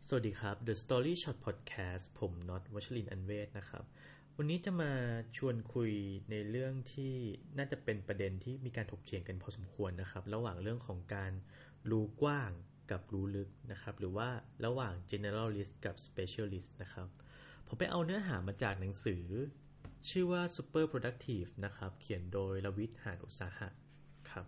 สวัสดีครับ The Story Shot Podcast ผมน็อตวัชรินทร์อันเวศนะครับวันนี้จะมาชวนคุยในเรื่องที่น่าจะเป็นประเด็นที่มีการถกเถียงกันพอสมควรนะครับระหว่างเรื่องของการรู้กว้างกับรู้ลึกนะครับหรือว่าระหว่าง generalist กับ specialist นะครับผมไปเอาเนื้อหามาจากหนังสือชื่อว่า Super Productive นะครับเขียนโดยรวิทย์ หาญอุตสาหะครับ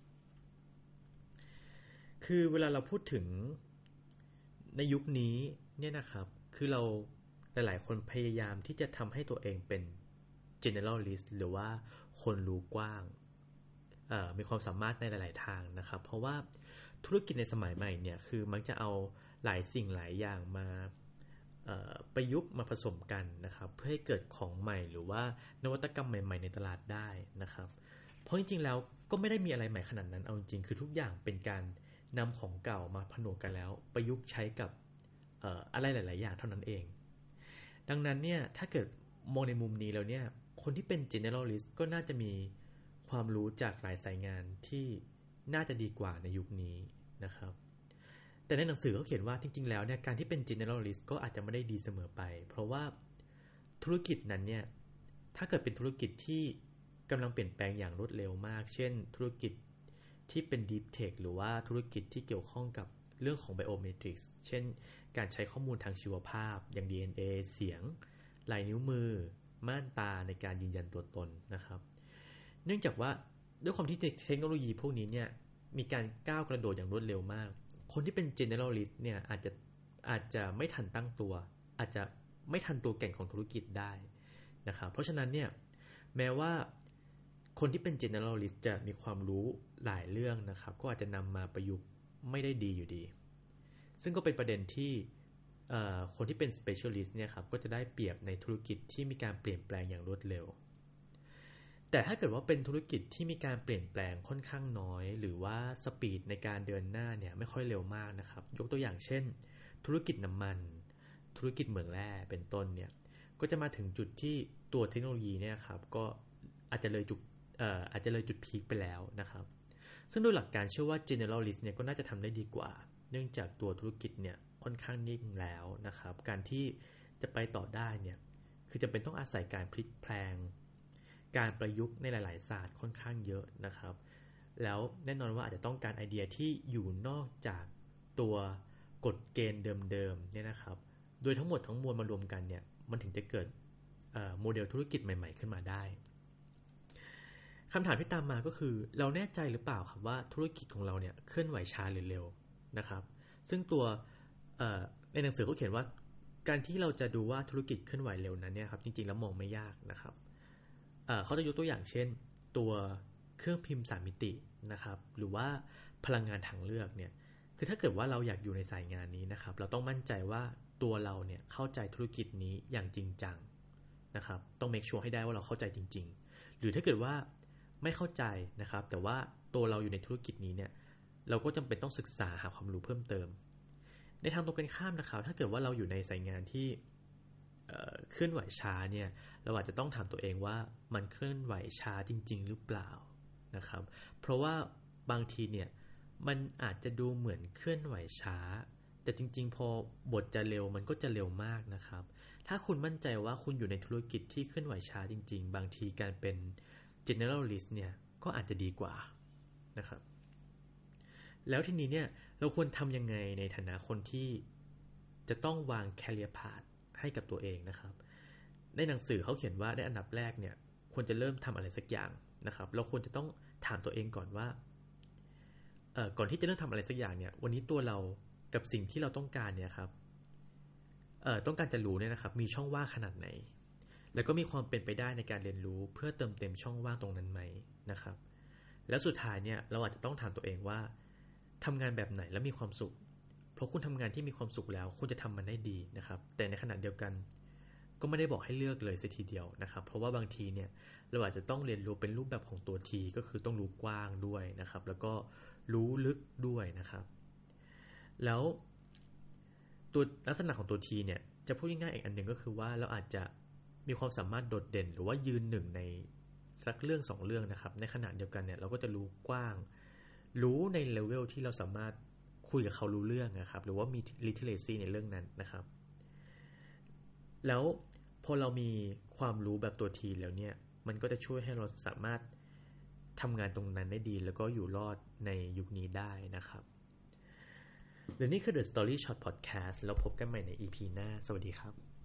คือเวลาเราพูดถึงในยุคนี้เนี่ยนะครับคือเราหลายๆคนพยายามที่จะทำให้ตัวเองเป็น generalist หรือว่าคนรู้กว้างมีความสามารถในหลายๆทางนะครับเพราะว่าธุรกิจในสมัยใหม่เนี่ยคือมักจะเอาหลายสิ่งหลายอย่างมาประยุกต์มาผสมกันนะครับเพื่อให้เกิดของใหม่หรือว่านวัตกรรมใหม่ๆในตลาดได้นะครับเพราะจริงๆแล้วก็ไม่ได้มีอะไรใหม่ขนาดนั้นเอาจริงๆคือทุกอย่างเป็นการนำของเก่ามาผนวกกันแล้วประยุกต์ใช้กับอะไรหลายๆอย่างเท่านั้นเองดังนั้นเนี่ยถ้าเกิดมองในมุมนี้แล้วเนี่ยคนที่เป็น generalist ก็น่าจะมีความรู้จากหลายสายงานที่น่าจะดีกว่าในยุคนี้นะครับแต่ในหนังสือเขาเขียนว่าจริงๆแล้วเนี่ยการที่เป็น generalist ก็อาจจะไม่ได้ดีเสมอไปเพราะว่าธุรกิจนั้นเนี่ยถ้าเกิดเป็นธุรกิจที่กำลังเปลี่ยนแปลงอย่างรวดเร็วมากเช่นธุรกิจที่เป็น Deep Tech หรือว่าธุรกิจที่เกี่ยวข้องกับเรื่องของ Biometrics เช่นการใช้ข้อมูลทางชีวภาพอย่าง DNA เสียงลายนิ้วมือม่านตาในการยืนยันตัวตนนะครับเนื่องจากว่าด้วยความที่เทคโนโลยีพวกนี้เนี่ยมีการก้าวกระโดดอย่างรวดเร็วมากคนที่เป็น generalist เนี่ยอาจจะไม่ทันตั้งตัวอาจจะไม่ทันตัวแก่งของธุรกิจได้นะครับเพราะฉะนั้นเนี่ยแม้ว่าคนที่เป็น generalist จะมีความรู้หลายเรื่องนะครับก็อาจจะนำมาประยุกต์ไม่ได้ดีอยู่ดีซึ่งก็เป็นประเด็นที่คนที่เป็น specialist เนี่ยครับก็จะได้เปรียบในธุรกิจที่มีการเปลี่ยนแปลงอย่างรวดเร็วแต่ถ้าเกิดว่าเป็นธุรกิจที่มีการเปลี่ยนแปลงค่อนข้างน้อยหรือว่าสปีดในการเดินหน้าเนี่ยไม่ค่อยเร็วมากนะครับยกตัวอย่างเช่นธุรกิจน้ำมันธุรกิจเหมืองแร่เป็นต้นเนี่ยก็จะมาถึงจุดที่ตัวเทคโนโลยีเนี่ยครับก็อาจจะเลยจุดพีคไปแล้วนะครับซึ่งโดยหลักการเชื่อว่า generalist เนี่ยก็น่าจะทำได้ดีกว่าเนื่องจากตัวธุรกิจเนี่ยค่อนข้างนิ่งแล้วนะครับการที่จะไปต่อได้เนี่ยคือจะเป็นต้องอาศัยการพลิกแพลงการประยุกต์ในหลายๆศาสตร์ค่อนข้างเยอะนะครับแล้วแน่นอนว่าอาจจะต้องการไอเดียที่อยู่นอกจากตัวกฎเกณฑ์เดิมๆเนี่ยนะครับโดยทั้งหมดทั้งมวลมารวมกันเนี่ยมันถึงจะเกิดโมเดลธุรกิจใหม่ๆขึ้นมาได้คำถามที่ตามมาก็คือเราแน่ใจหรือเปล่าครับว่าธุรกิจของเราเนี่ยเคลื่อนไหวช้าหรือเร็วนะครับซึ่งตัวในหนังสือเขาเขียนว่าการที่เราจะดูว่าธุรกิจเคลื่อนไหวเร็วนั้นเนี่ยครับจริงๆแล้วมองไม่ยากนะครับเขาจะยกตัวอย่างเช่นตัวเครื่องพิมพ์3มิตินะครับหรือว่าพลังงานทางเลือกเนี่ยคือถ้าเกิดว่าเราอยากอยู่ในสายงานนี้นะครับเราต้องมั่นใจว่าตัวเราเนี่ยเข้าใจธุรกิจนี้อย่างจริงจังนะครับต้อง make sure ให้ได้ว่าเราเข้าใจจริงๆหรือถ้าเกิดว่าไม่เข้าใจนะครับแต่ว่าตัวเราอยู่ในธุรกิจนี้เนี่ยเราก็จำเป็นต้องศึกษาหาความรู้เพิ่มเติมในทางตรงกันข้ามนะครับถ้าเกิดว่าเราอยู่ในสายงานที่เคลื่อนไหวช้าเนี่ยเราอาจจะต้องถามตัวเองว่ามันเคลื่อนไหวช้าจริงๆหรือเปล่านะครับเพราะว่าบางทีเนี่ยมันอาจจะดูเหมือนเคลื่อนไหวช้าแต่จริงๆพอบทจะเร็วมันก็จะเร็วมากนะครับถ้าคุณมั่นใจว่าคุณอยู่ในธุรกิจที่เคลื่อนไหวช้าจริงๆบางทีการเป็น generalist เนี่ยก็อาจจะดีกว่านะครับแล้วทีนี้เนี่ยเราควรทำยังไงในฐานะคนที่จะต้องวาง career path ให้กับตัวเองนะครับในหนังสือเขาเขียนว่าในอันดับแรกเนี่ยควรจะเริ่มทำอะไรสักอย่างนะครับเราควรจะต้องถามตัวเองก่อนว่าก่อนที่จะเริ่มทำอะไรสักอย่างเนี่ยวันนี้ตัวเรากับสิ่งที่เราต้องการเนี่ยครับต้องการจะรู้เนี่ยนะครับมีช่องว่างขนาดไหนแล้วก็มีความเป็นไปได้ในการเรียนรู้เพื่อเติมเต็มช่องว่างตรงนั้นไหมนะครับแล้วสุดท้ายเนี่ยเราอาจจะต้องถามตัวเองว่าทำงานแบบไหนแล้วมีความสุขเพราะคุณทำงานที่มีความสุขแล้วคุณจะทำมันได้ดีนะครับแต่ในขณะเดียวกันก็ไม่ได้บอกให้เลือกเลยสักทีเดียวนะครับเพราะว่าบางทีเนี่ยเราอาจจะต้องเรียนรู้เป็นรูปแบบของตัว T ก็คือต้องรู้กว้างด้วยนะครับแล้วก็รู้ลึกด้วยนะครับแล้วตัวลักษณะของตัว T เนี่ยจะพูดง่ายๆอีกอันหนึ่งก็คือว่าเราอาจจะมีความสามารถโดดเด่นหรือว่ายืนหนึ่งในสักเรื่อง2เรื่องนะครับในขณะเดียวกันเนี่ยเราก็จะรู้กว้างรู้ในเลเวลที่เราสามารถคุยกับเขารู้เรื่องนะครับหรือว่ามี literacy ในเรื่องนั้นนะครับแล้วพอเรามีความรู้แบบตัวทีแล้วเนี่ยมันก็จะช่วยให้เราสามารถทำงานตรงนั้นได้ดีแล้วก็อยู่รอดในยุคนี้ได้นะครับและนี่คือ The Story Short Podcast แล้วพบกันใหม่ใน EP หน้าสวัสดีครับ